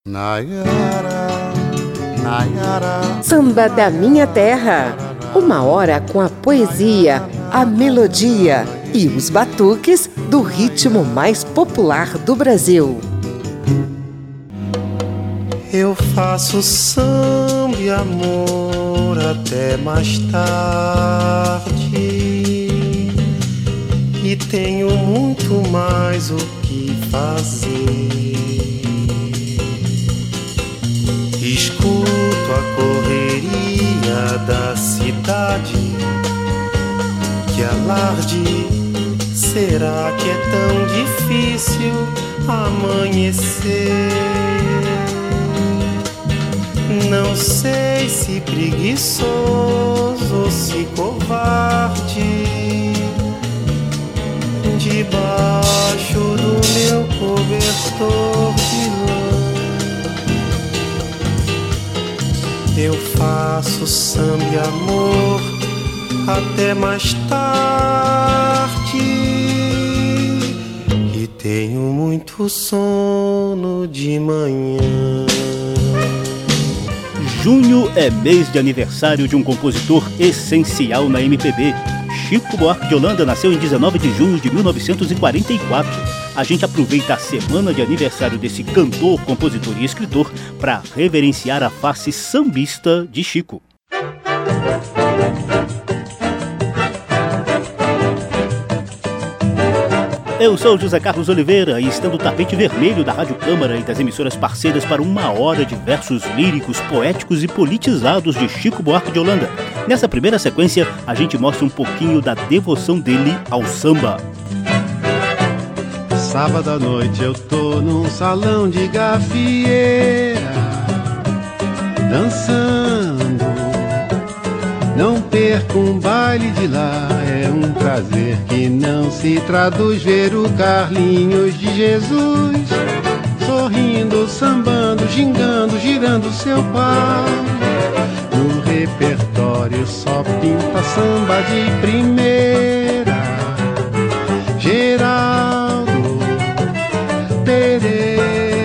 Nayara, Nayara. Samba da Minha Terra. Uma hora com a poesia, a melodia e os batuques do ritmo mais popular do Brasil. Eu faço samba e amor até mais tarde, e tenho muito mais o que fazer. Escuto a correria da cidade, que alarde, será que é tão difícil amanhecer? Não sei se preguiçoso ou se covarde, debaixo do meu cobertor de lã eu faço samba e amor até mais tarde, e tenho muito sono de manhã. Junho é mês de aniversário de um compositor essencial na MPB. Chico Buarque de Holanda nasceu em 19 de junho de 1944. A gente aproveita a semana de aniversário desse cantor, compositor e escritor para reverenciar a face sambista de Chico. Eu sou José Carlos Oliveira e estando o tapete vermelho da Rádio Câmara e das emissoras parceiras para uma hora de versos líricos, poéticos e politizados de Chico Buarque de Holanda. Nessa primeira sequência, a gente mostra um pouquinho da devoção dele ao samba. Sábado à noite eu tô num salão de gafieira, dançando. Não perco um baile de lá, é um prazer que não se traduz. Ver o Carlinhos de Jesus sorrindo, sambando, gingando, girando seu pau. No repertório só pinta samba de primeira. Geraldo Pereira,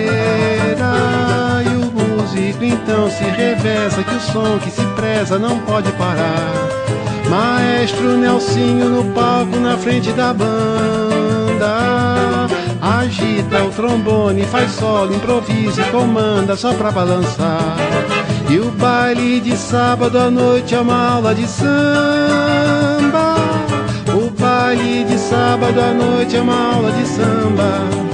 e o músico então se reveza que o som que se preza não pode parar. Maestro Nelsinho no palco na frente da banda, agita o trombone, faz solo, improvisa e comanda só pra balançar. E o baile de sábado à noite é uma aula de samba. O baile de sábado à noite é uma aula de samba.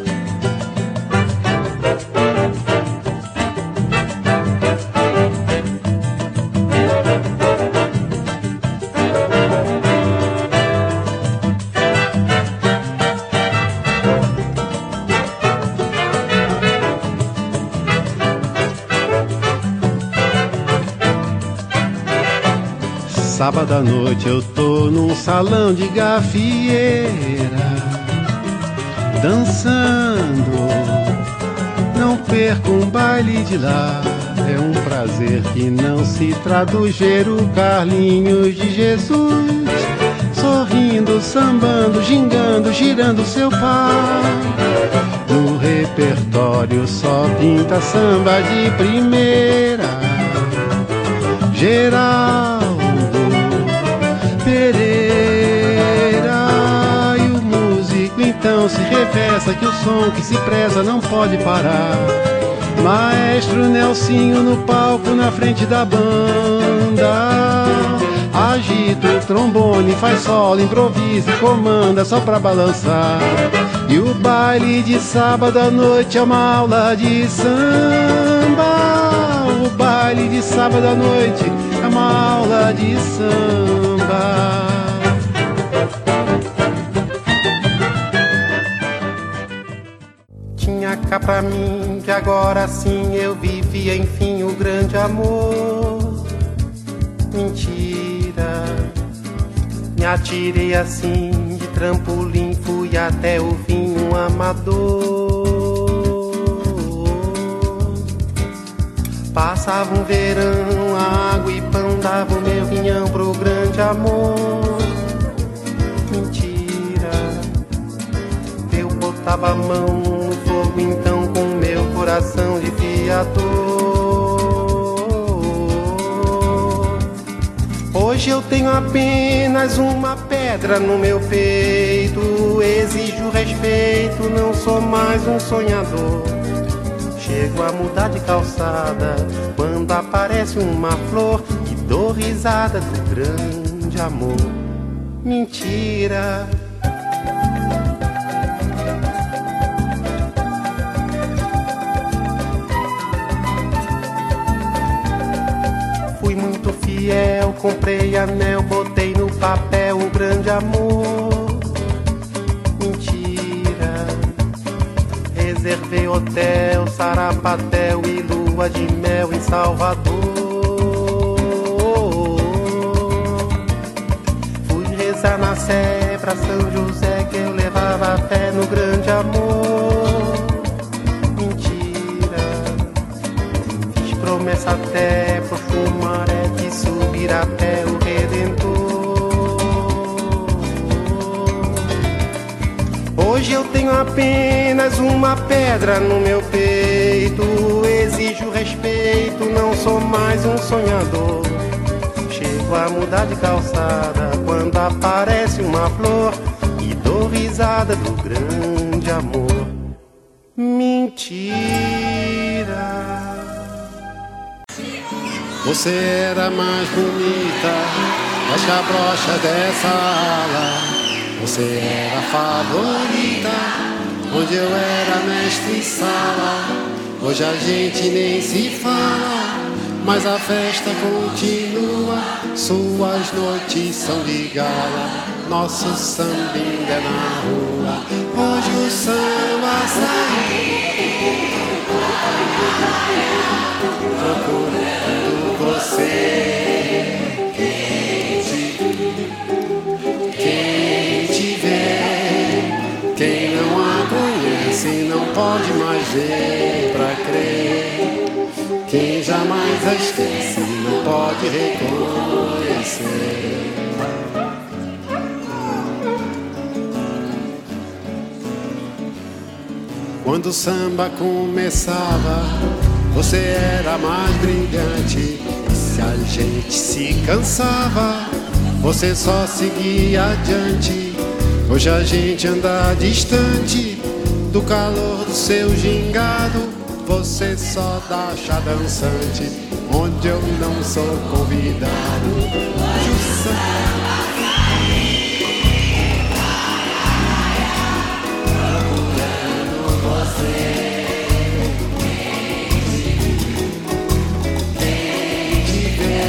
Sábado à noite eu tô num salão de gafieira, dançando. Não perco um baile de lá, é um prazer que não se traduz. Ver o Carlinhos de Jesus sorrindo, sambando, gingando, girando seu pau. No repertório só pinta samba de primeira. Geraldo Pereira, e o músico então se reveza que o som que se preza não pode parar. Maestro Nelsinho no palco na frente da banda, agita o trombone, faz solo, improvisa e comanda só pra balançar. E o baile de sábado à noite é uma aula de samba. O baile de sábado à noite é uma aula de samba. Tinha cá pra mim que agora sim eu vivia enfim o grande amor. Mentira, me atirei assim de trampolim, fui até o fim um amador. Passava um verão, água e pão, dava o meu pinhão pro grande amor. Mentira, eu botava a mão no fogo então com meu coração. coração de fiador. Hoje eu tenho apenas uma pedra no meu peito, exijo respeito, não sou mais um sonhador. Chego a mudar de calçada quando aparece uma flor e dou risada do grande amor. Mentira. Fui muito fiel, comprei anel, botei no papel um grande amor. Mentira. Reservei hotel, sarapatel e lua de mel em Salvador. Fui rezar na Sé pra São José que eu levava fé no grande amor. Mentira. Fiz promessa até pro Chumaré que subir a pé o Redentor. Hoje eu tenho apenas uma pedra no meu peito, exijo respeito, não sou mais um sonhador. Chego a mudar de calçada quando aparece uma flor e dou risada do grande amor. Mentira. Você era mais bonita das cabrochas dessa ala. Você era a favorita, onde eu era mestre sala. Hoje a gente nem se fala, mas a festa continua. Suas noites são de gala, nosso sambinha é na rua. Hoje o samba saiu procurando você. Quem não a conhece não pode mais ver pra crer. Quem jamais a esquece não pode reconhecer. Quando o samba começava, você era mais brilhante. Se a gente se cansava, você só seguia adiante. Hoje a gente anda distante do calor do seu gingado. Você só dá chá dançante onde eu não sou convidado. Hoje o samba procurando você. Quem te vê,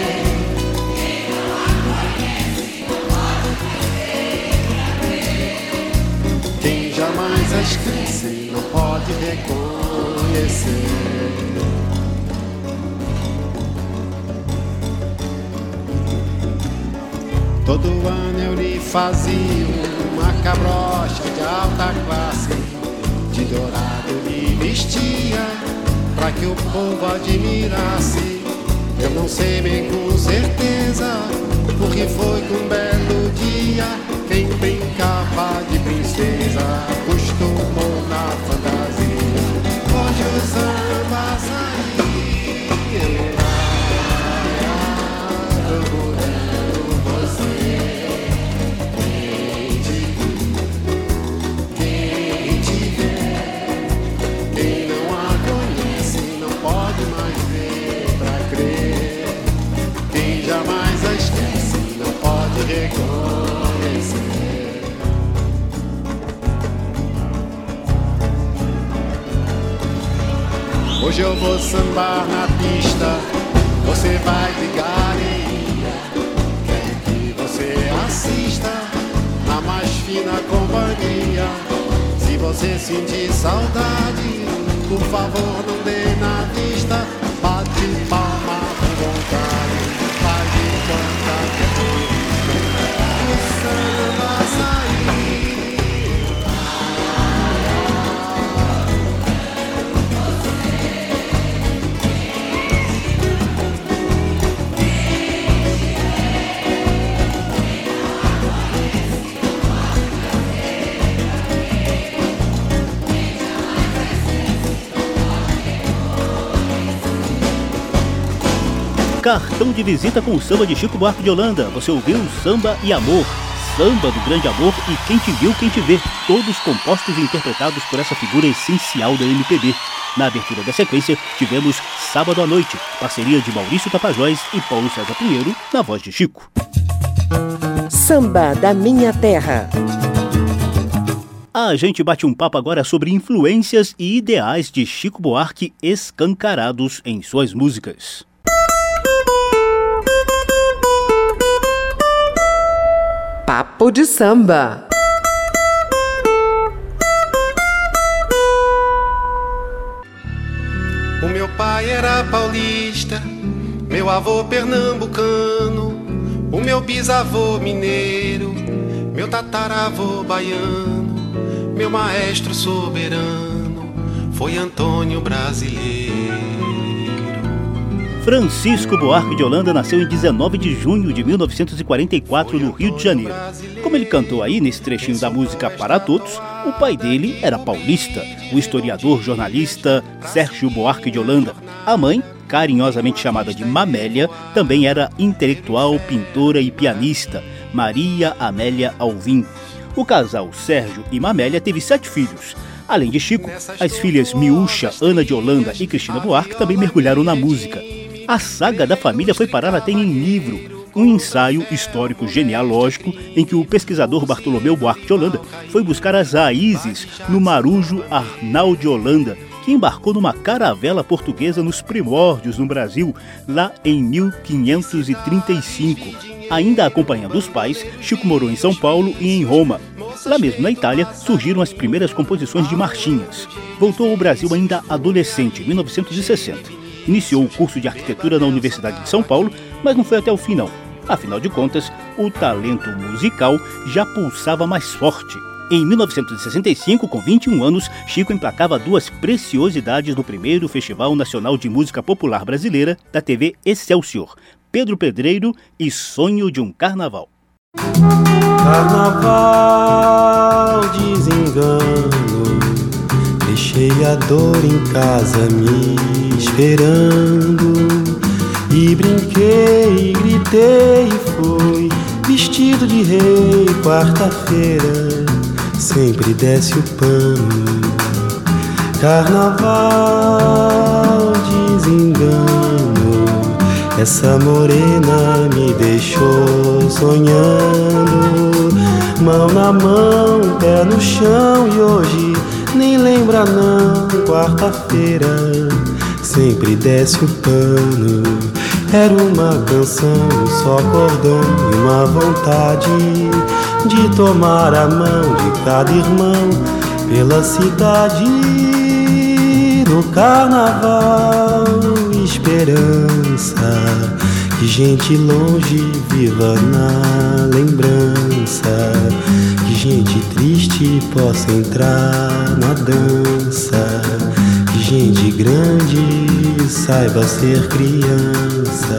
quem jamais as cresce não pode reconhecer. Todo ano eu lhe fazia uma cabrocha de alta classe, de dourado lhe vestia, pra que o povo admirasse. Eu não sei bem com certeza, porque foi que um belo dia quem brincava de princesa acostumou na fantasia. Hoje o samba saiu procurando você. Quem te vê, quem não a conhece não pode mais ver pra crer. Quem jamais a esquece não pode reconhecer. Hoje eu vou sambar na pista, você vai de galeria. Quero que você assista na mais fina companhia. Se você sentir saudade, por favor não dê na vista. Bate palma com vontade, faz de conta que é turista. O samba saiu. Cartão de visita com o samba de Chico Buarque de Holanda. Você ouviu Samba e Amor, Samba do Grande Amor e Quem Te Viu, Quem Te Vê, todos compostos e interpretados por essa figura essencial da MPB. Na abertura da sequência, tivemos Sábado à Noite, parceria de Maurício Tapajós e Paulo César Pinheiro, na voz de Chico. Samba da Minha Terra. A gente bate um papo agora sobre influências e ideais de Chico Buarque escancarados em suas músicas. Papo de samba. O meu pai era paulista, meu avô pernambucano, o meu bisavô mineiro, meu tataravô baiano, meu maestro soberano foi Antônio Brasileiro. Francisco Buarque de Holanda nasceu em 19 de junho de 1944 no Rio de Janeiro. Como ele cantou aí nesse trechinho da música Para Todos, o pai dele era paulista, o historiador jornalista Sérgio Buarque de Holanda. A mãe, carinhosamente chamada de Mamélia, também era intelectual, pintora e pianista, Maria Amélia Alvim. O casal Sérgio e Mamélia teve 7 filhos. Além de Chico, as filhas Miúcha, Ana de Holanda e Cristina Buarque também mergulharam na música. A saga da família foi parar até em livro, um ensaio histórico genealógico em que o pesquisador Bartolomeu Buarque de Holanda foi buscar as raízes no marujo Arnal de Holanda, que embarcou numa caravela portuguesa nos primórdios no Brasil, lá em 1535. Ainda acompanhando os pais, Chico morou em São Paulo e em Roma. Lá mesmo na Itália, surgiram as primeiras composições de marchinhas. Voltou ao Brasil ainda adolescente, em 1960. Iniciou o curso de arquitetura na Universidade de São Paulo, mas não foi até o fim não. Afinal de contas, o talento musical já pulsava mais forte. Em 1965, com 21 anos, Chico emplacava 2 preciosidades no primeiro Festival Nacional de Música Popular Brasileira da TV Excelsior, Pedro Pedreiro e Sonho de um Carnaval. Carnaval, desengano, deixei a dor em casa me esperando. E brinquei, gritei e fui vestido de rei. Quarta-feira sempre desce o pano. Carnaval, desengano, essa morena me deixou sonhando. Mão na mão, pé no chão e hoje nem lembra não. Quarta-feira sempre desce o pano. Era uma canção, só cordão e uma vontade de tomar a mão de cada irmão pela cidade. No carnaval, esperança, que gente longe viva na lembrança, que gente triste possa entrar na dança, que gente grande saiba ser criança.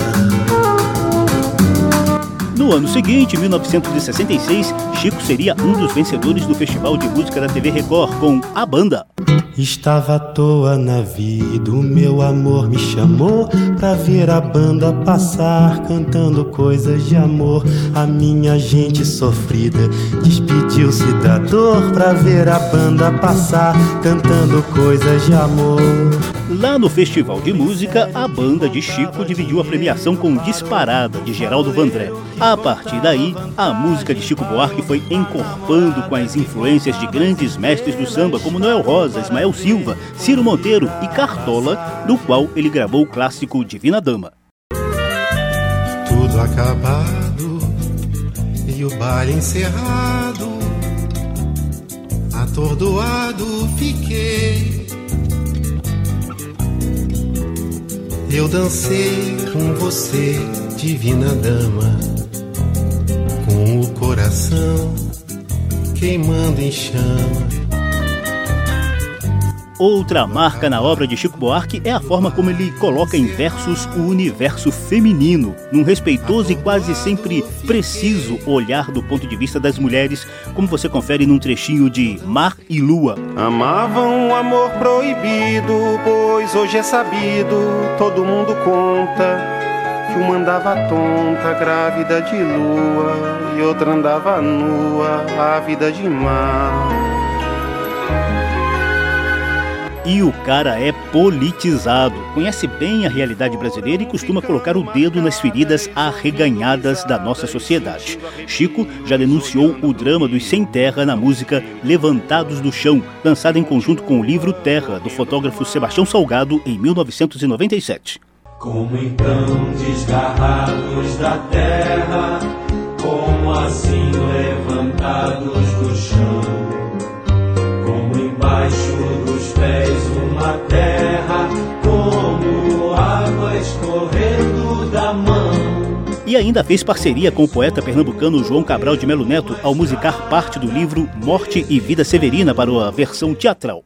No ano seguinte, 1966, Chico seria um dos vencedores do Festival de Música da TV Record com A Banda. Estava à toa na vida, o meu amor me chamou pra ver a banda passar, cantando coisas de amor. A minha gente sofrida despediu-se da dor pra ver a banda passar, cantando coisas de amor. Lá no Festival de Música, a banda de Chico dividiu a premiação com Disparada, de Geraldo Vandré. A partir daí, a música de Chico Buarque foi encorpando com as influências de grandes mestres do samba como Noel Rosa, Ismael Silva, Ciro Monteiro e Cartola, do qual ele gravou o clássico Divina Dama. Tudo acabado e o baile encerrado, atordoado fiquei. Eu dancei com você, divina dama, com o coração queimando em chama. Outra marca na obra de Chico Buarque é a forma como ele coloca em versos o universo feminino, num respeitoso e quase sempre preciso olhar do ponto de vista das mulheres, como você confere num trechinho de Mar e Lua. Amavam o amor proibido, pois hoje é sabido, todo mundo conta, uma andava tonta, grávida de lua, e outra andava nua, ávida de mar. E o cara é politizado, conhece bem a realidade brasileira e costuma colocar o dedo nas feridas arreganhadas da nossa sociedade. Chico já denunciou o drama dos sem terra na música Levantados do Chão, lançada em conjunto com o livro Terra, do fotógrafo Sebastião Salgado, em 1997. Como então desgarrados da terra, como assim levantados do chão, como embaixo dos pés uma terra, como água escorrendo da mão. E ainda fez parceria com o poeta pernambucano João Cabral de Melo Neto ao musicar parte do livro Morte e Vida Severina para a versão teatral.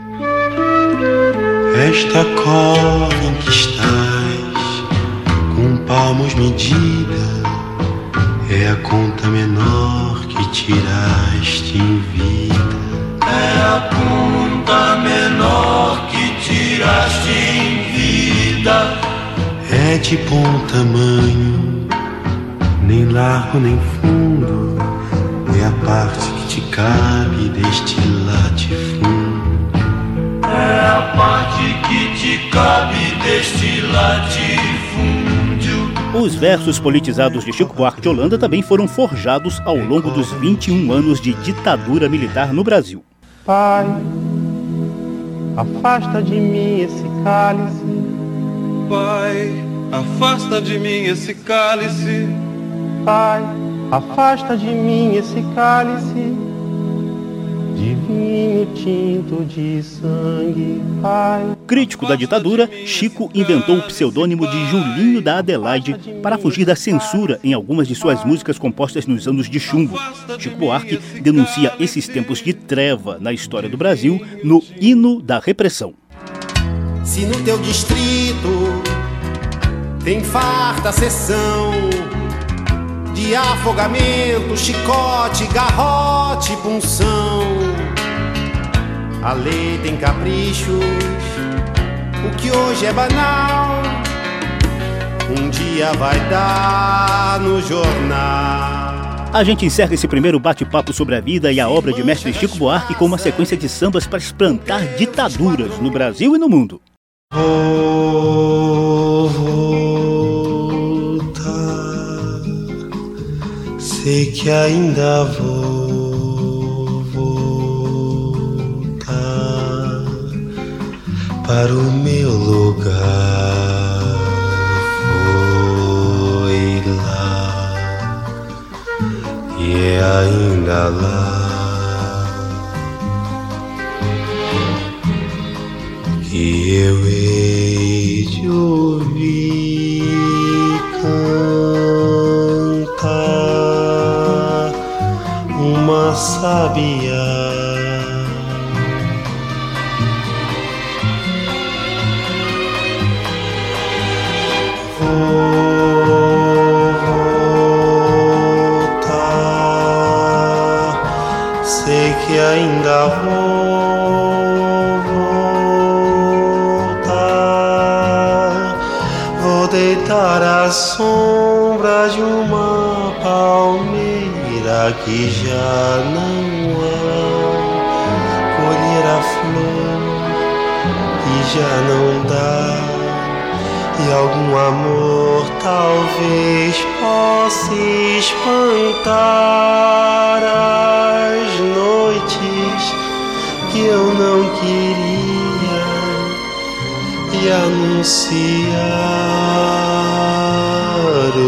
Esta cova em que estás, com palmos medida, é a conta menor que tiraste em vida. É a conta menor que tiraste em vida. É de bom tamanho, nem largo nem fundo, é a parte que te cabe deste latifúndio. É a parte que te cabe deste latifúndio. Os versos politizados de Chico Buarque de Holanda também foram forjados ao longo dos 21 anos de ditadura militar no Brasil. Pai, afasta de mim esse cálice. Pai, afasta de mim esse cálice. Pai, afasta de mim esse cálice de vinho tinto de sangue, Pai. Crítico da ditadura, Chico inventou o pseudônimo de Julinho da Adelaide para fugir da censura em algumas de suas músicas compostas nos anos de chumbo. Chico Buarque denuncia esses tempos de treva na história do Brasil no Hino da Repressão. Se no teu distrito tem farta sessão de afogamento, chicote, garrote, punção, a lei tem caprichos, o que hoje é banal, um dia vai dar no jornal. A gente encerra esse primeiro bate-papo sobre a vida e a obra de mestre Chico Buarque com uma sequência de sambas para espantar ditaduras no Brasil e no mundo. Sei que ainda vou voltar para o meu lugar. Foi lá e é ainda lá que eu hei de ouvir cantar uma sabiá. Vou voltar, sei que ainda vou voltar. Vou deitar à sombra de uma palmeira que já não há, colher a flor que já não dá, e algum amor talvez possa espantar as noites que eu não queria e anunciar o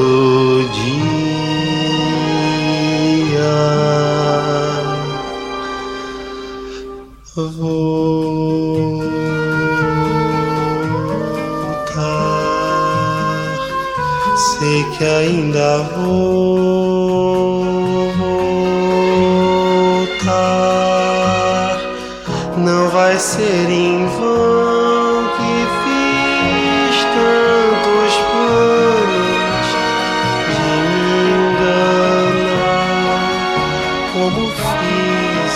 dia. Voltar, sei que ainda vou voltar. Não vai ser em vão que fiz tantos planos de me enganar, como fiz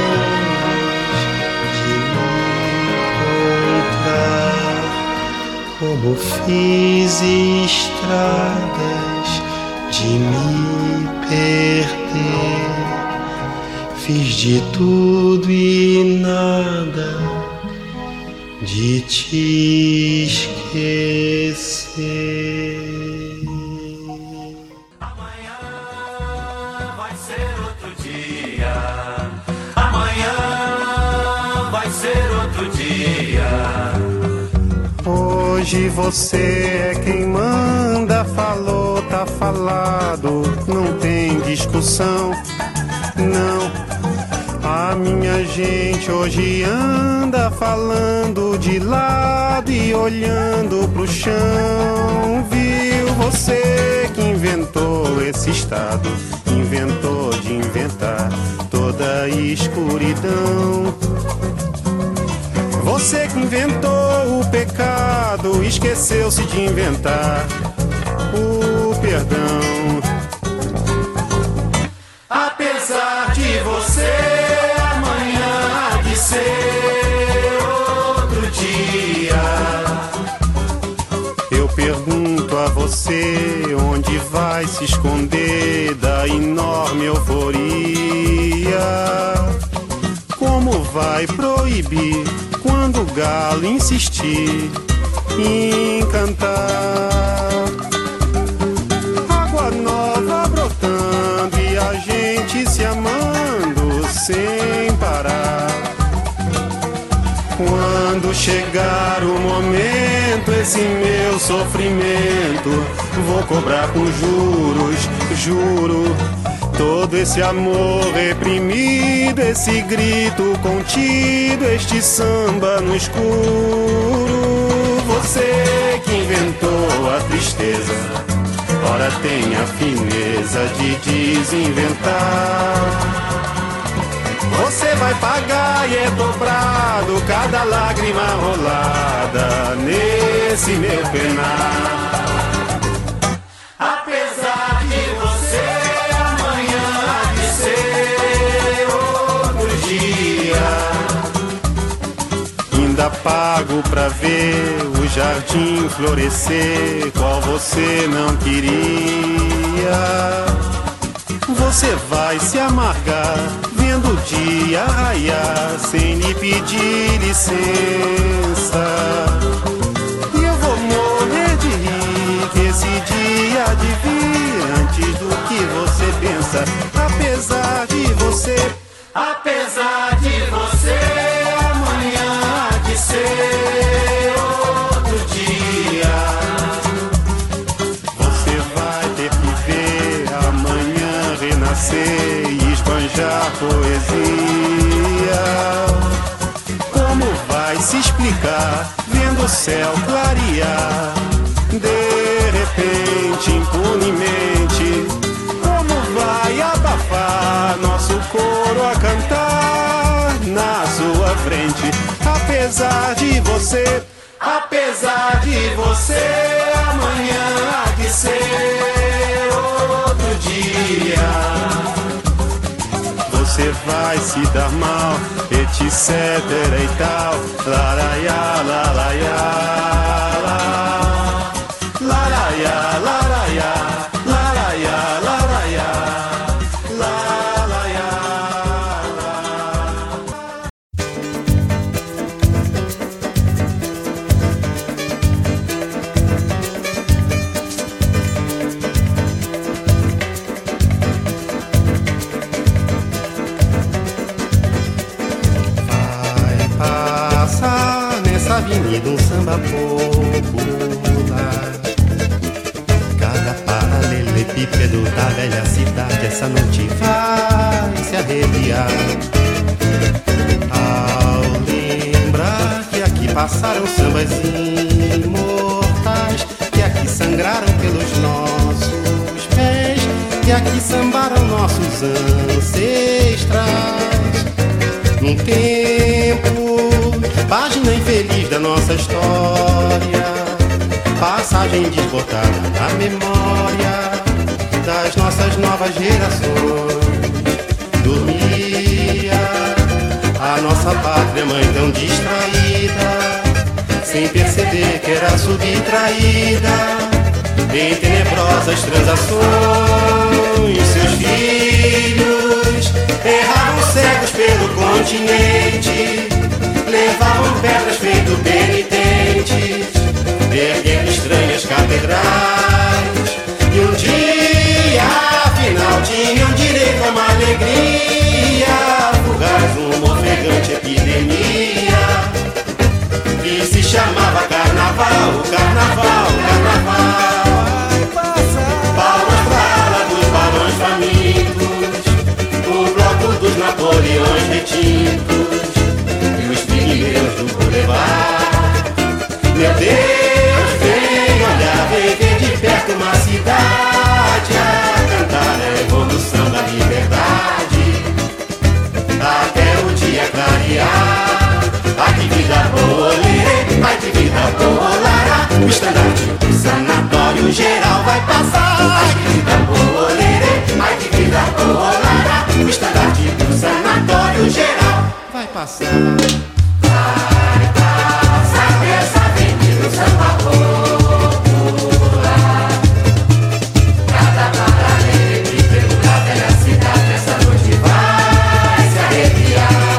enganos de me encontrar Como fiz estradas de me perder, fiz de tudo e nada de te esquecer. Amanhã vai ser outro dia. Amanhã vai ser outro dia. Hoje você é quem manda, falou, tá falado, não tem discussão, não. A minha gente hoje anda falando de lado e olhando pro chão. Viu você que inventou esse estado, inventou de inventar toda a escuridão. Você que inventou o pecado, esqueceu-se de inventar o perdão. Apesar de você, amanhã há de ser outro dia. Eu pergunto a você, onde vai se esconder da enorme euforia? Como vai proibir quando o galo insistir em cantar? Água nova brotando e a gente se amando sem parar. Quando chegar o momento, esse meu sofrimento vou cobrar com juros, juro. Todo esse amor reprimido, esse grito contido, este samba no escuro. Você que inventou a tristeza, ora tem a fineza de desinventar. Você vai pagar e é dobrado cada lágrima rolada nesse meu penar. Apesar de você, amanhã há de ser outro dia. Ainda pago pra ver o jardim florescer, qual você não queria. Você vai se amargar vendo o dia raiar sem lhe pedir licença. E eu vou morrer de rir que esse dia há de vir antes do que você pensa. Apesar de você, amanhã há de ser outro dia. você vai ter que ver amanhã renascer e esbanjar poesia. Como vai se explicar vendo o céu clarear de repente, impunemente? Como vai abafar nosso coro a cantar na sua frente? Apesar de você, amanhã há de ser outro dia. você vai se dar mal, etc e tal. Laraiá, laraiá, laraiá, laraiá, laraiá, laraiá, laraiá. Avenida um samba popular. Cada paralelepípedo da velha cidade essa noite vai se arrepiar. Ao lembrar que aqui passaram sambas imortais, que aqui sangraram pelos nossos pés, que aqui sambaram nossos ancestrais. Num tempo, página infeliz da nossa história, passagem desbotada na memória das nossas novas gerações. Dormia a nossa pátria mãe tão distraída, sem perceber que era subtraída em tenebrosas transações. Seus filhos erravam cegos pelo continente, levavam pedras feito penitentes, erguendo estranhas catedrais. E um dia, afinal, tinham direito a uma alegria fugaz, uma ofegante epidemia que se chamava carnaval, carnaval, carnaval. Palmas pra ala dos balões famintos, o bloco dos Napoleões retintos e os pigmeus do Boulevard. Meu Deus, vem olhar, vem ver de perto uma cidade a cantar a evolução da liberdade até o dia clarear. Ai que vida boa, lerê, ai que vida boa, lará. O estandarte do sanatório geral vai passar. Ai que vida boa, lerê, ai que vida boa, lará. O estandarte do sanatório geral vai passar. Vai passar essa avenida, o samba popular. Cada paralelo que pelo da velha cidade, essa noite vai se arrepiar.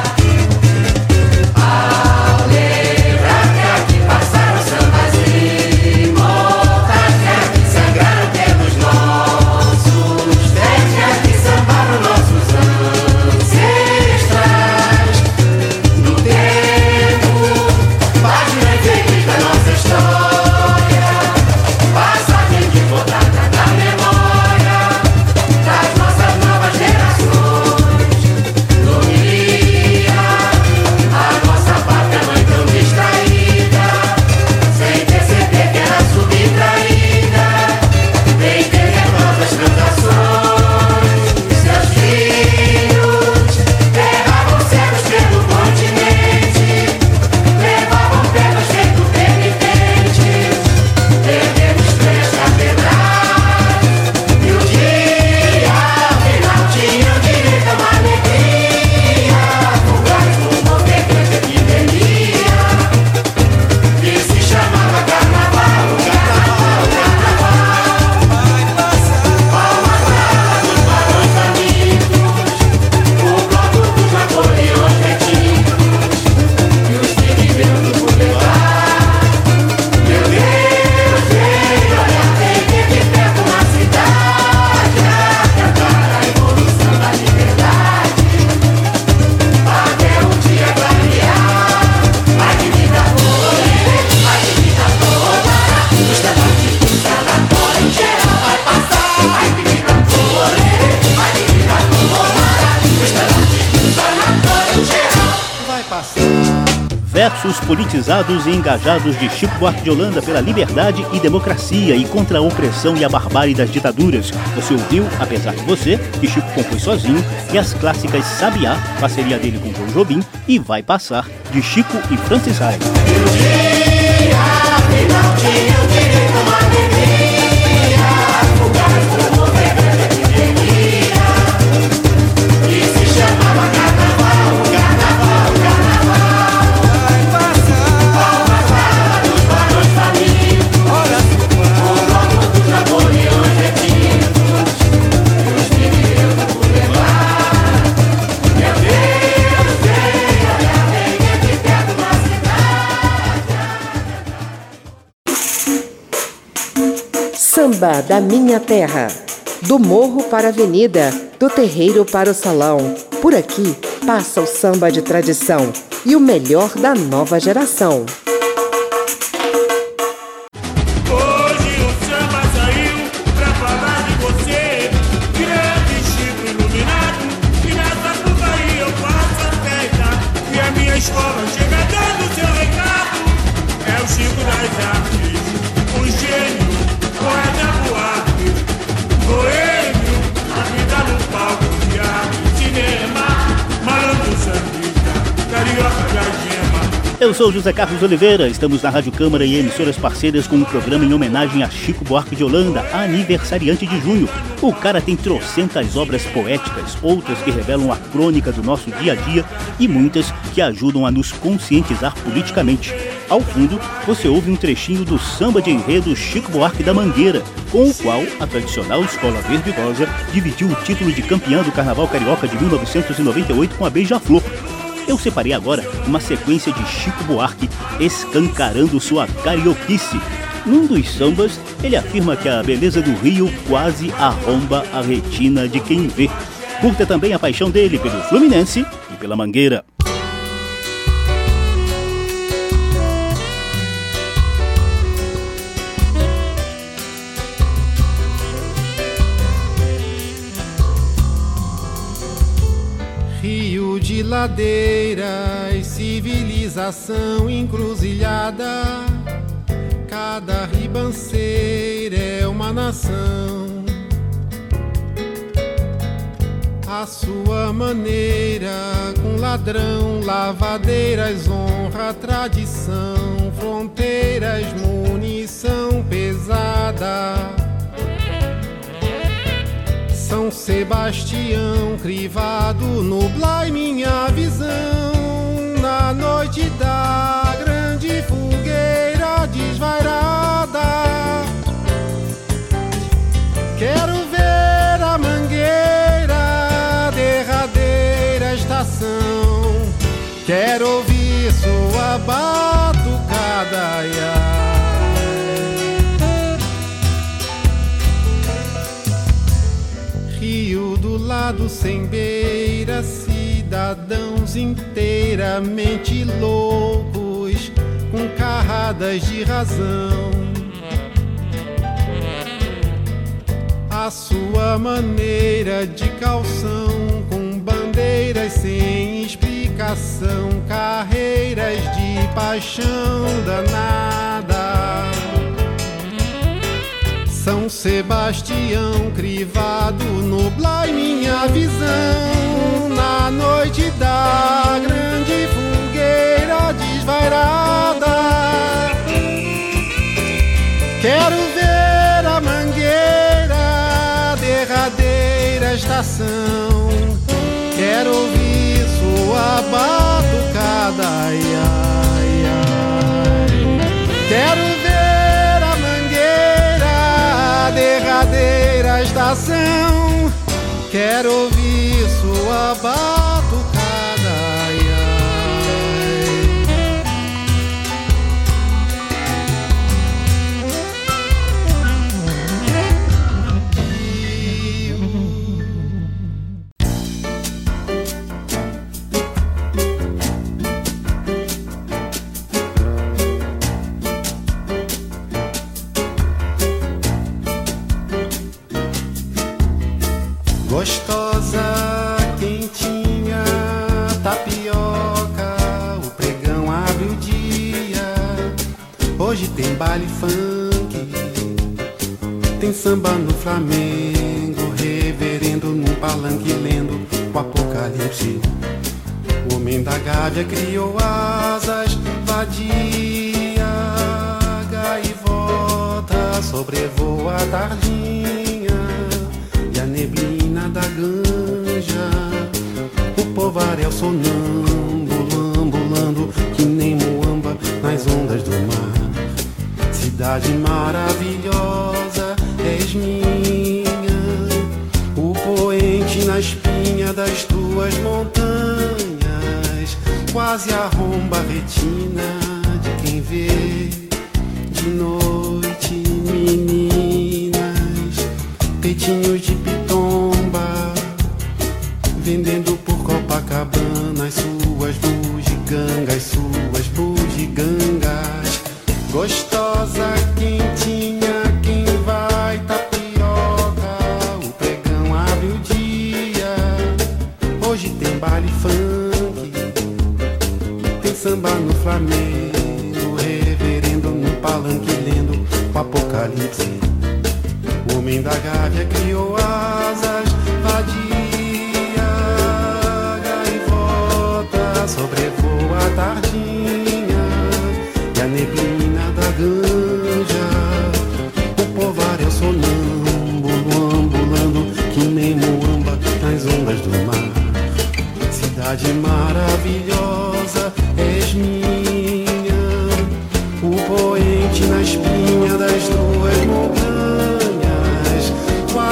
Versos politizados e engajados de Chico Buarque de Holanda pela liberdade e democracia e contra a opressão e a barbárie das ditaduras. Você ouviu Apesar de Você, que Chico compôs sozinho, e as clássicas Sabiá, parceria dele com Tom Jobim, e Vai Passar, de Chico e Francis Rai. Samba da minha terra. Do morro para a avenida, do terreiro para o salão. Por aqui passa o samba de tradição e o melhor da nova geração. Hoje o samba saiu pra falar de você, grande Chico iluminado, e nessa curva aí eu faço a festa, e a minha escola chega dando seu recado. É o Chico das artes, o gênio, poeta Buarque, boêmio, a vida no palco de arte, cinema, malandro sambista, carioca da gema, Eu sou José Carlos Oliveira, estamos na Rádio Câmara e emissoras parceiras com um programa em homenagem a Chico Buarque de Holanda, aniversariante de junho. O cara tem trocentas obras poéticas, outras que revelam a crônica do nosso dia a dia e muitas que ajudam a nos conscientizar politicamente. Ao fundo, você ouve um trechinho do samba de enredo Chico Buarque da Mangueira, com o qual a tradicional Escola Verde Rosa dividiu o título de campeã do Carnaval Carioca de 1998 com a Beija-Flor. Eu separei agora uma sequência de Chico Buarque escancarando sua carioquice. Num dos sambas, ele afirma que a beleza do Rio quase arromba a retina de quem vê. Curta também a paixão dele pelo Fluminense e pela Mangueira. Rio de ladeiras, civilização encruzilhada. Cada ribanceira é uma nação. A sua maneira, com ladrão, lavadeiras, honra, tradição, fronteiras, munição pesada. São Sebastião, crivado, nublai minha visão. Na noite da grande fogueira desvairada, quero ver a Mangueira, derradeira estação. Quero ouvir sua batucada, ai. Rio do lado sem beira, cidadãos inteiramente loucos, com carradas de razão. A sua maneira de calção, com bandeiras sem explicação, carreiras de paixão danada. São Sebastião, crivado, nublai minha visão. Na noite da grande fogueira desvairada, quero ver a Mangueira, derradeira estação. Quero ouvir sua batucada, ai, ai, ai. Quero ver a Mangueira, derradeira estação. Quero ouvir sua batucada, ai, gostosa, quentinha, tapioca, o pregão abre o dia. Hoje tem baile funk, tem samba no Flamengo, reverendo num palanque lendo o Apocalipse. O homem da Gávea criou asas, vadia, gaivota, sobrevoa a tardinha e a neblina da ganja. O povaréu sonâmbulo, ambulando que nem muamba nas ondas do mar. Cidade maravilhosa, és minha, o poente na espinha das tuas montanhas. Quase arromba a retina de quem vê de noite, meninas, peitinhos de pitomba, vendendo por Copacabana as suas bugigangas, suas bugigangas. Gostosa, quentinha, quem vai tapioca, o pregão abre o dia. Hoje tem baile funk, tem samba no Flamengo, reverendo no palanque lendo o Apocalipse. O homem da Gávea criou asas, vadia, gaivota, sobrevoa a tardinha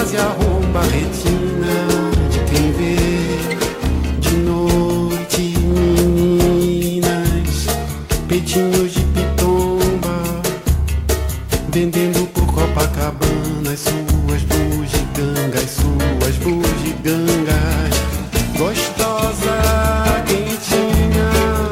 quase arromba a retina de quem vê de noite meninas, peitinhos de pitomba, vendendo por Copacabana as suas bugigangas, gostosa, quentinha.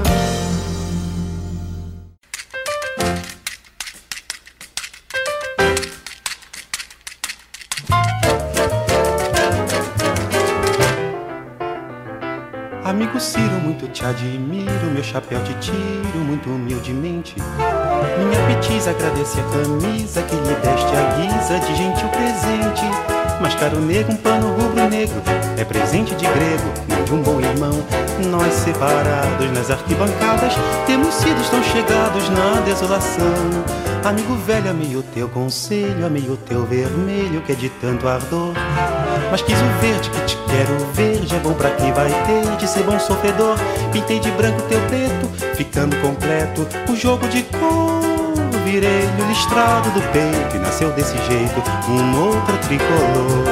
Amigo Ciro, muito te admiro, meu chapéu te tiro muito humildemente. Minha petiza agradece a camisa que lhe deste a guisa de gentil presente. Mas caro nego, um pano rubro-negro é presente de grego, não de um bom irmão. Nós separados nas arquibancadas temos sido tão chegados na desolação. Amigo velho, amei o teu conselho, amei o teu vermelho que é de tanto ardor. Mas quis o verde que te quero, verde é bom pra quem vai ter de ser bom sofredor. Pintei de branco teu preto, ficando completo o jogo de cor. Virei o listrado do peito e nasceu desse jeito outra tricolor.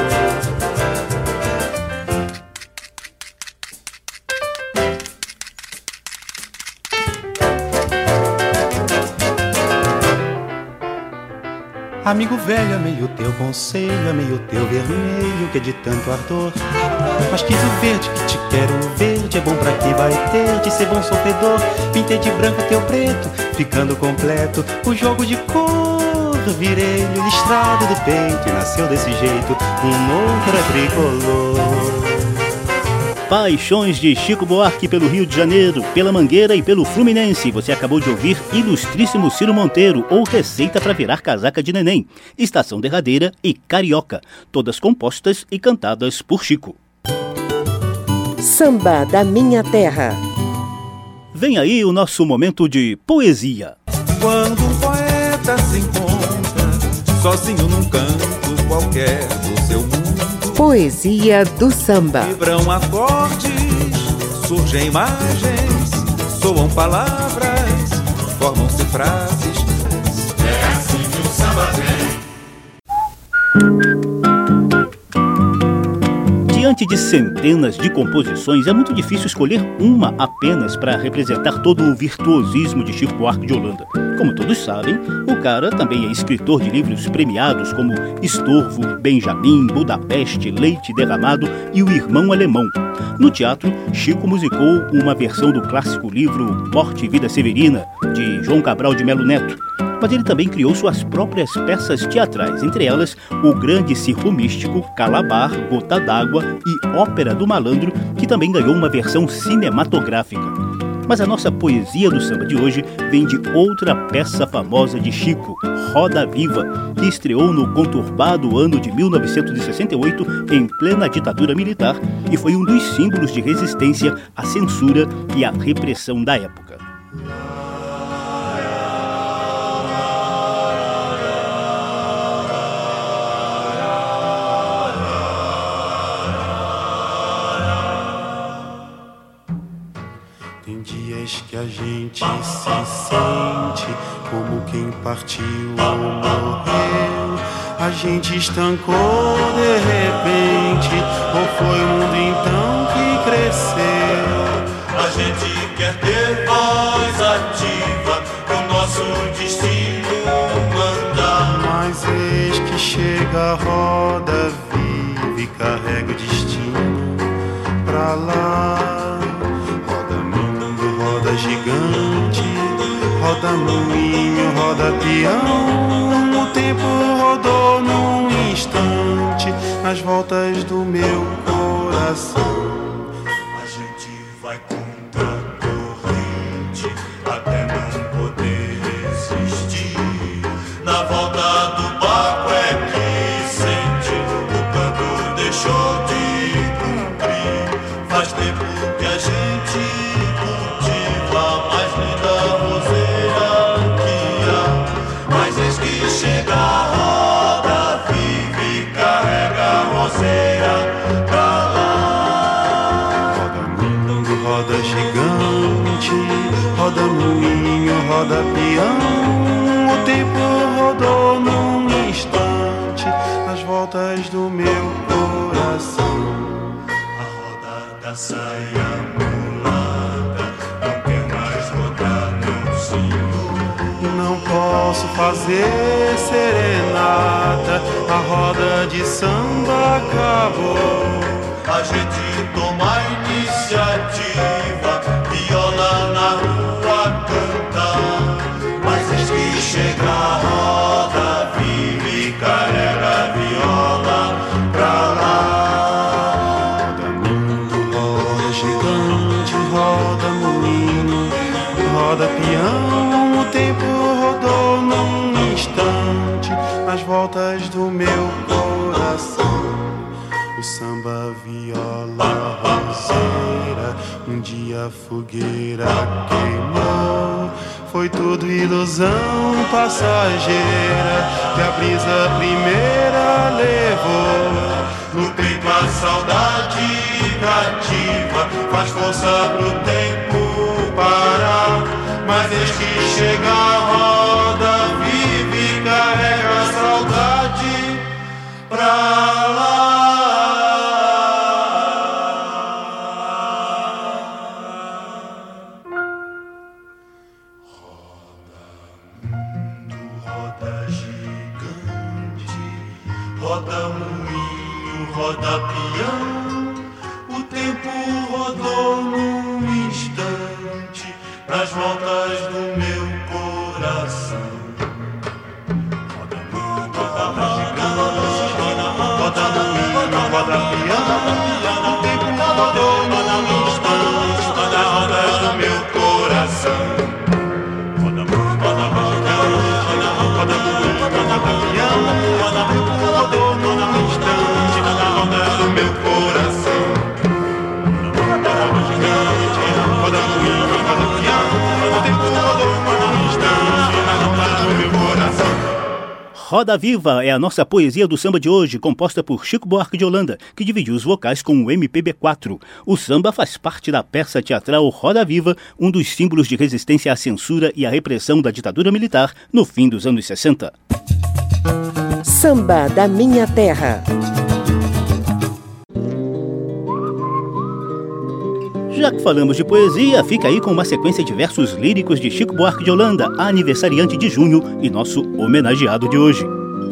Amigo velho, amei o teu conselho, amei o teu vermelho que é de tanto ardor. Mas quis o verde que te quero, o verde é bom pra quem vai ter de ser bom sofredor. Pintei de branco teu preto, ficando completo o jogo de cor. Virei o listrado do peito e nasceu desse jeito outra tricolor. Paixões de Chico Buarque pelo Rio de Janeiro, pela Mangueira e pelo Fluminense. Você acabou de ouvir Ilustríssimo Ciro Monteiro ou Receita para Virar Casaca de Neném, Estação Derradeira e Carioca, todas compostas e cantadas por Chico. Samba da Minha Terra. Vem aí o nosso momento de poesia. Quando um poeta se encontra sozinho num canto qualquer do seu mundo, Poesia do samba. vibram acordes, surgem imagens, soam palavras, formam-se frases. É assim que o samba vem. Diante de centenas de composições, é muito difícil escolher uma apenas para representar todo o virtuosismo de Chico Buarque de Holanda. Como todos sabem, o cara também é escritor de livros premiados como Estorvo, Benjamin, Budapeste, Leite Derramado e O Irmão Alemão. No teatro, Chico musicou uma versão do clássico livro Morte e Vida Severina, de João Cabral de Melo Neto. Mas ele também criou suas próprias peças teatrais, entre elas o grande circo místico, Calabar, Gota d'Água e Ópera do Malandro, que também ganhou uma versão cinematográfica. Mas a nossa poesia do samba de hoje vem de outra peça famosa de Chico, Roda Viva, que estreou no conturbado ano de 1968, em plena ditadura militar, e foi um dos símbolos de resistência à censura e à repressão da época. Que a gente se sente como quem partiu ou morreu. A gente estancou de repente, ou foi o mundo então que cresceu? A gente quer ter voz ativa, o nosso destino mandar. Mas eis que chega a roda viva e carrega o destino pra lá. Roda gigante, roda moinho, roda peão. O tempo rodou num instante nas voltas do meu coração. A gente vai contra a corrente até não poder resistir. Na volta do barco é que sente o canto deixou de cumprir. Faz tempo que a gente chega a roda viva e carrega a roseira pra lá. Roda mundo, roda gigante, roda moinho, roda peão. O tempo rodou num instante nas voltas voltas do meu coração. A roda da saia mulata não quer mais rodar, não, senhor. Não posso fazer serenata, a roda de samba acabou. A gente toma a iniciativa, viola na rua canta, mas eis que chega a roda vive e carrega a viola pra lá. Roda mundo, roda gigante, roda moinho, roda peão, o tempo rodou num instante nas voltas do meu coração. O samba, viola, roseira, um dia a fogueira queimou. Foi tudo ilusão passageira que a brisa primeira levou. No peito a saudade cativa faz força pro tempo parar, mas eis que chega a roda vive e carrega a saudade pra lá. Roda moinho, roda peão, o tempo rodou num instante nas voltas do meu coração. Roda moinho, roda gigante, roda moinho, roda peão, o tempo rodou num instante nas voltas do meu coração. Roda moinho, roda gigante, roda moinho, roda peão, do meu coração. Roda gigante, roda moinho, roda peão, o tempo rodou num instante nas ondas do meu coração. Roda Viva é a nossa poesia do samba de hoje, composta por Chico Buarque de Holanda, que dividiu os vocais com o MPB4. O samba faz parte da peça teatral Roda Viva, um dos símbolos de resistência à censura e à repressão da ditadura militar no fim dos anos 60. Samba da Minha Terra. Já que falamos de poesia, fica aí com uma sequência de versos líricos de Chico Buarque de Holanda, aniversariante de junho e nosso homenageado de hoje.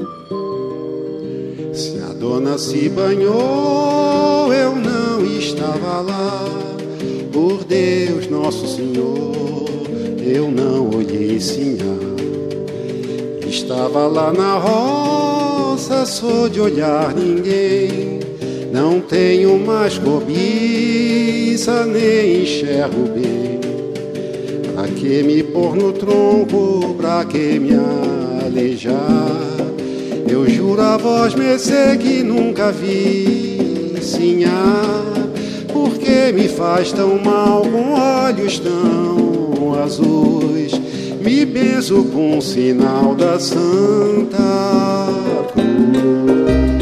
Se a dona se banhou, eu não estava lá. Por Deus Nosso Senhor, eu não olhei sinhá. Estava lá na roça, sou de olhar ninguém. Não tenho mais cobiça, nem enxergo bem. Pra que me pôr no tronco, pra que me alejar? Eu juro a vós, mercê, que nunca vi sinhá. Por que me faz tão mal com olhos tão azuis? Me benzo com o sinal da Santa Cruz.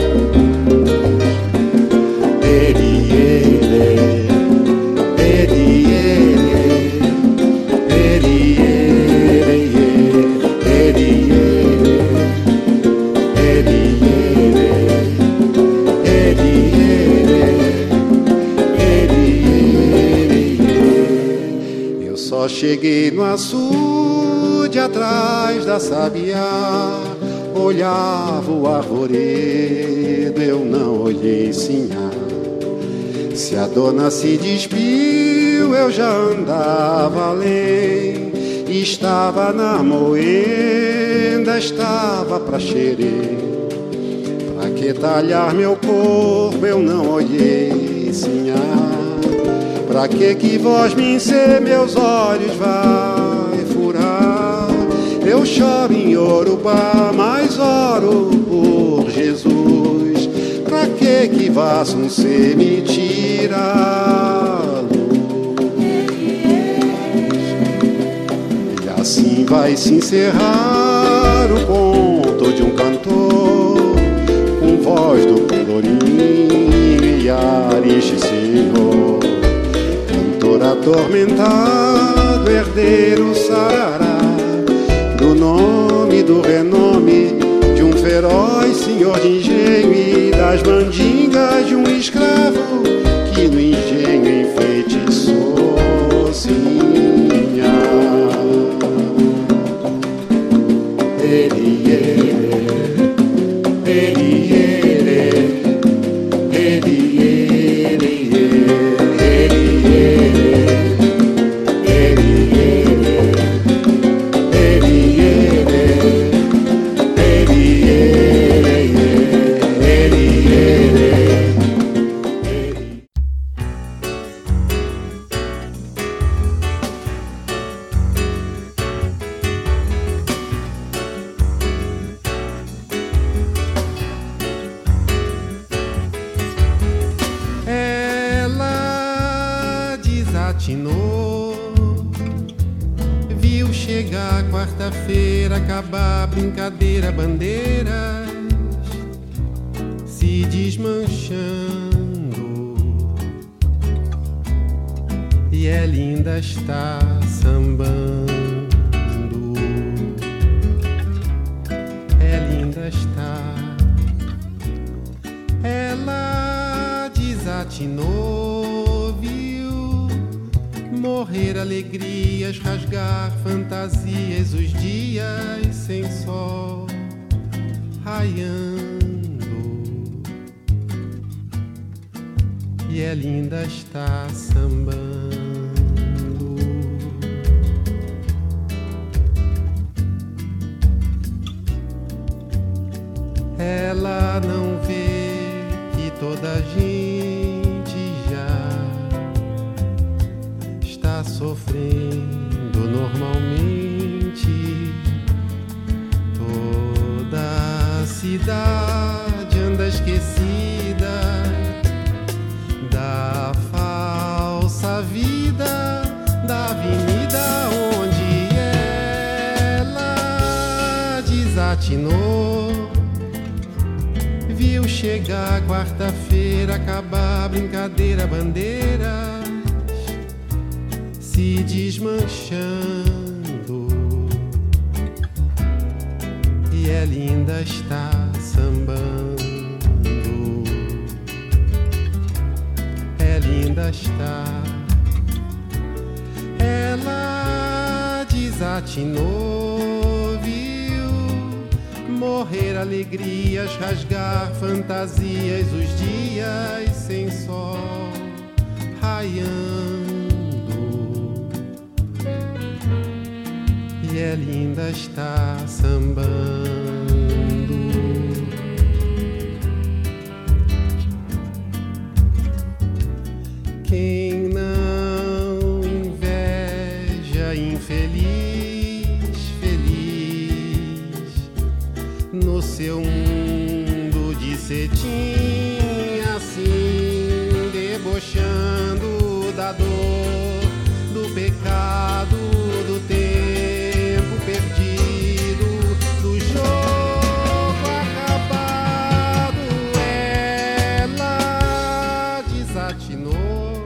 Eu só cheguei no açude atrás da sabiá, olhava o arvoredo, eu não olhei sinhá. Se a dona se despiu, eu já andava além. Estava na moenda, estava pra xerê. Pra que talhar meu corpo, eu não olhei sinhá. Pra que vós me encer, meus olhos vai furar? Eu choro em Yorubá, mas oro por Jesus. Pra que Vassum se me tira a luz? E assim vai se encerrar o conto de um cantor, com voz do Pelourinho e Ariche Senhor. Cantor atormentado, herdeiro sarará, do nome, do renome de um feroz senhor de engenho e Viu chegar quarta-feira, acabar a brincadeira, bandeiras se desmanchando. E ela ainda está sambando. Ela ainda está. Ela desatinou, viu morrer alegrias, rasgar fantasias, os dias sem sol raiando. E ela ainda está sambando. Ela não vê que toda a gente já está sofrendo normalmente. Toda a cidade anda esquecida da falsa vida da avenida onde ela desatinou. Viu chegar quarta-feira, acabar a brincadeira, bandeiras se desmanchando. E ela ainda está sambando. Ela ainda está. Ela desatinou, viu morrer alegrias, rasgar fantasias, os dias sem sol raiando. E ela ainda está sambando. Quem não inveja infeliz, feliz no seu mundo de cetim, assim debochando da dor, do pecado, do tempo perdido, do jogo acabado. Ela desatinou,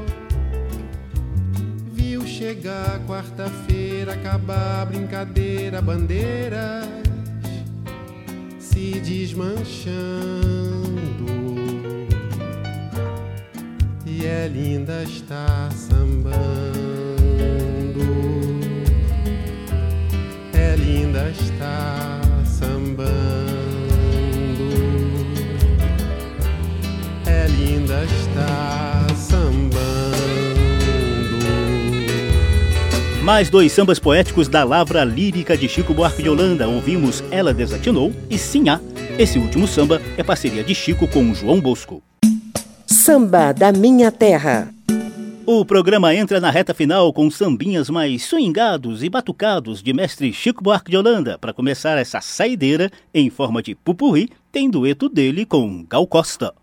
viu chegar quarta-feira, acabar a brincadeira, bandeiras se desmanchando. E ela ainda está sambando. Ela ainda está sambando. Ela ainda está sambando. Mais dois sambas poéticos da lavra lírica de Chico Buarque de Holanda. Ouvimos Ela Desatinou e Sinhá. Esse último samba é parceria de Chico com João Bosco. Samba da Minha Terra. O programa entra na reta final com sambinhas mais swingados e batucados de mestre Chico Buarque de Holanda. Para começar essa saideira em forma de pupurri, tem dueto dele com Gal Costa.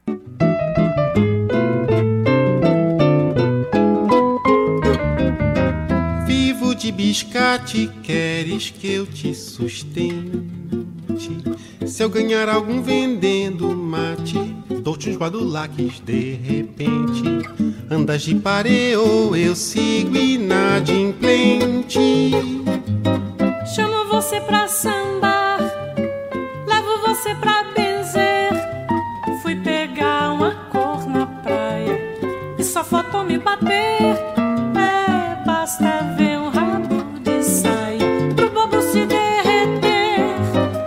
Vivo de biscate, queres que eu te sustente? Se eu ganhar algum vendendo mate, dou-te uns guadulaques de repente. Andas de pareo, eu sigo inadimplente. Chamo você pra sambar, levo você pra benzer. Fui pegar uma cor na praia e só faltou me bater. Basta ver um rabo de saia pro bobo se derreter.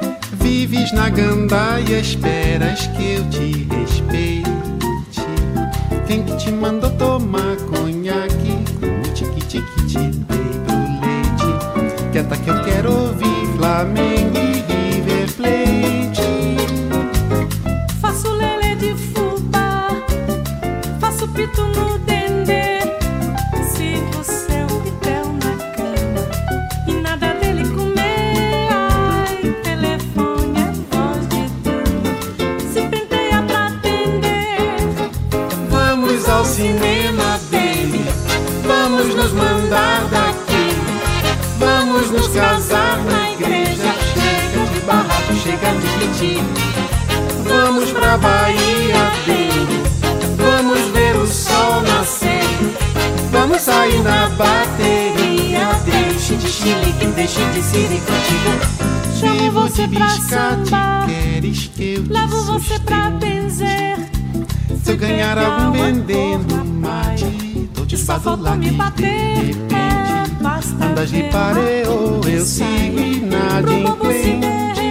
Vives na gandaia, esperas que eu te respeite. Quem que te mandou tomar conhaque? O tique-tique te dei pro leite. Quieta que eu quero ouvir Flamengo e River Plate. Faço lelê de fubá, faço pito no dendê, sirvo seu pitel na cama e nada dele comer. Ai, telefone é voz de dama, se penteia pra atender. Vamos ao cinema, baby, vamos nos mandar daqui. Vamos nos casar na igreja, chega de barraco, chega de piti. Vamos pra Bahia, baby, vamos ver o sol nascer. Vamos sair na bateria, deixe de chilique, deixe de siricotico. Chamo você pra sambar, queres que eu te levo você pra benzer. Se eu ganhar algum vendendo mate, tô de badolar que de repente andas de pareo, eu sigo inadimplente.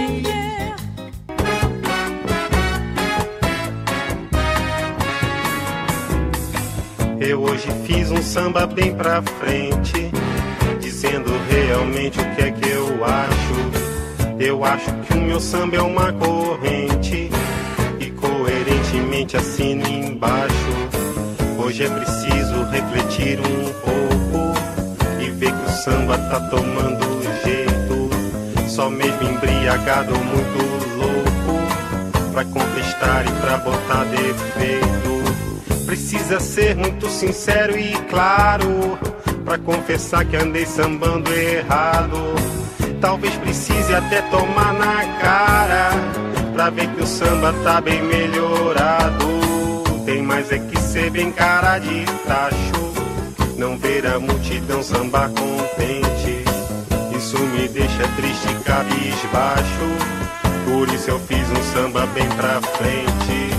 Eu hoje fiz um samba bem pra frente, dizendo realmente o que é que eu acho. Eu acho que o meu samba é uma corrente e coerentemente assino embaixo. Hoje é preciso refletir um pouco e ver que o samba tá tomando jeito. Só mesmo embriagado, muito louco, pra contestar e pra botar defeito. Precisa ser muito sincero e claro, pra confessar que andei sambando errado. Talvez precise até tomar na cara, pra ver que o samba tá bem melhorado. Tem mais é que ser bem cara de tacho, não ver a multidão sambar contente. Isso me deixa triste e cabisbaixo, por isso eu fiz um samba bem pra frente.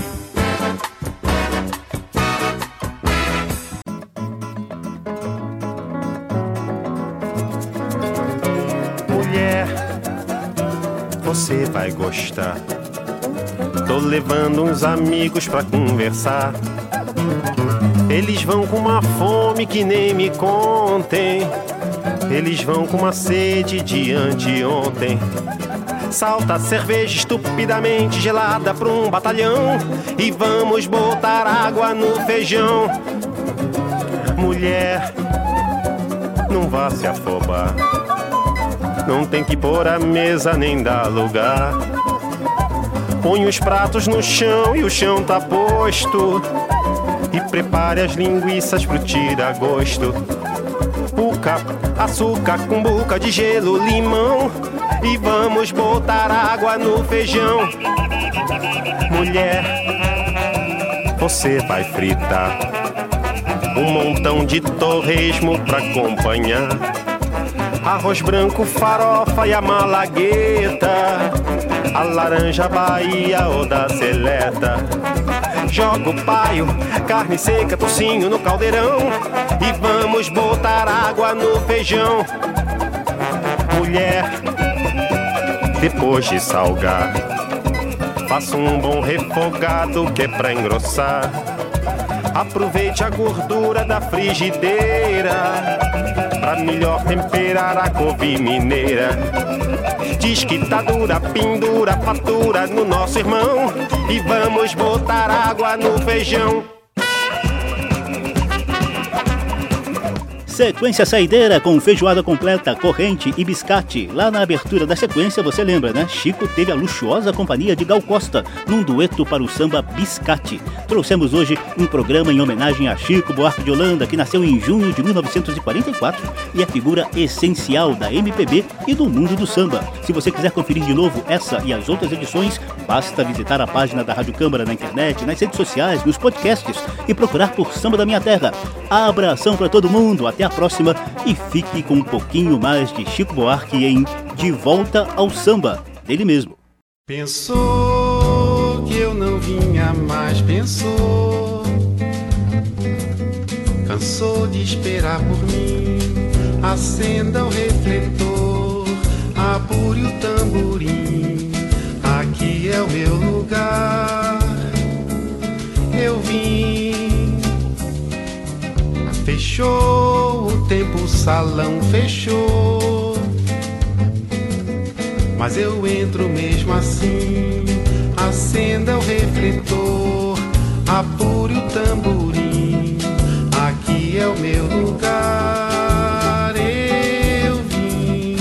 Você vai gostar. Tô levando uns amigos pra conversar. Eles vão com uma fome que nem me contem. Eles vão com uma sede de anteontem. Salta cerveja estupidamente gelada pra um batalhão e vamos botar água no feijão. Mulher, não vá se afobar. Não tem que pôr a mesa nem dar lugar. Põe os pratos no chão e o chão tá posto. E prepare as linguiças pro tira-gosto. Puca, açúcar, cumbuca de gelo, limão. E vamos botar água no feijão. Mulher, você vai fritar um montão de torresmo pra acompanhar. Arroz branco, farofa e a malagueta, a laranja Bahia ou da seleta. Joga o paio, carne seca, tocinho no caldeirão e vamos botar água no feijão. Mulher, depois de salgar, faça um bom refogado que é pra engrossar. Aproveite a gordura da frigideira pra melhor temperar a couve mineira. Diz que tá dura, pendura, fatura no nosso irmão e vamos botar água no feijão. Sequência saideira com feijoada completa, corrente e biscate. Lá na abertura da sequência, você lembra, né? Chico teve a luxuosa companhia de Gal Costa num dueto para o samba Biscate. Trouxemos hoje um programa em homenagem a Chico Buarque de Holanda, que nasceu em junho de 1944 e é figura essencial da MPB e do mundo do samba. Se você quiser conferir de novo essa e as outras edições, basta visitar a página da Rádio Câmara na internet, nas redes sociais, nos podcasts e procurar por Samba da Minha Terra. Abração para todo mundo, até a próxima e fique com um pouquinho mais de Chico Buarque em De Volta ao Samba, dele mesmo. Pensou que eu não vinha mais, pensou, cansou de esperar por mim. Acenda o refletor, apure o tamborim, a fechou, o tempo o salão fechou. Mas eu entro mesmo assim, acenda o refletor, apure o tamborim, aqui é o meu lugar, eu vim.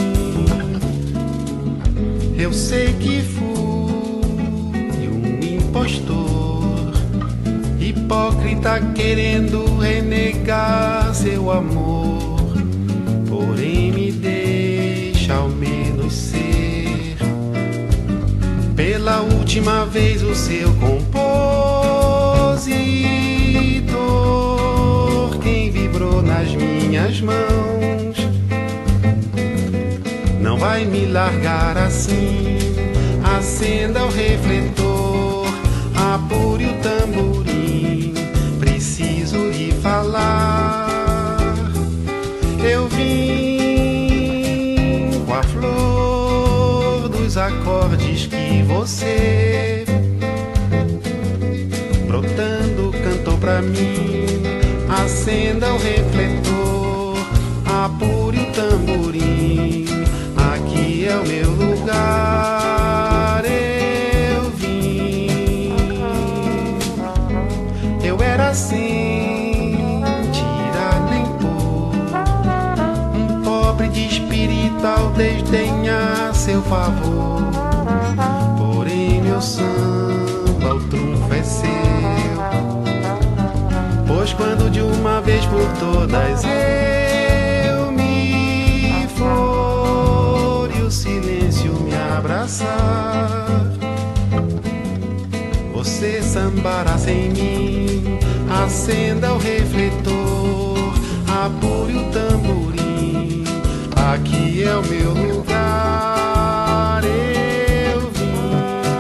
Eu sei que fui um impostor, hipócrita querendo renegar seu amor, porém me deixa ao menos ser pela última vez o seu compositor, quem vibrou nas minhas mãos. Não vai me largar assim, acenda o refletor, apure o tamborim, preciso lhe falar. Eu vim com a flor dos acordes que você, brotando, cantou pra mim. Acenda o refletor, apure o tamborim, aqui é o meu lugar, eu vim. Eu era assim, tirar nem pôr, um pobre de espírito ao desdenhar seu favor. Porém meu samba, o trunfo é seu, pois quando de uma vez por todas eu me for e o silêncio me abraçar, você sambará sem mim. Acenda o refletor, apure o tamborim, aqui é o meu lugar, eu vim.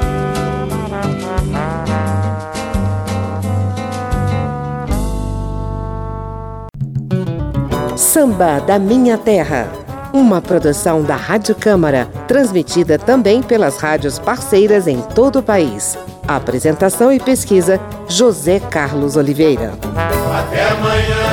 Samba da Minha Terra, uma produção da Rádio Câmara, transmitida também pelas rádios parceiras em todo o país. Apresentação e pesquisa, José Carlos Oliveira. Até amanhã.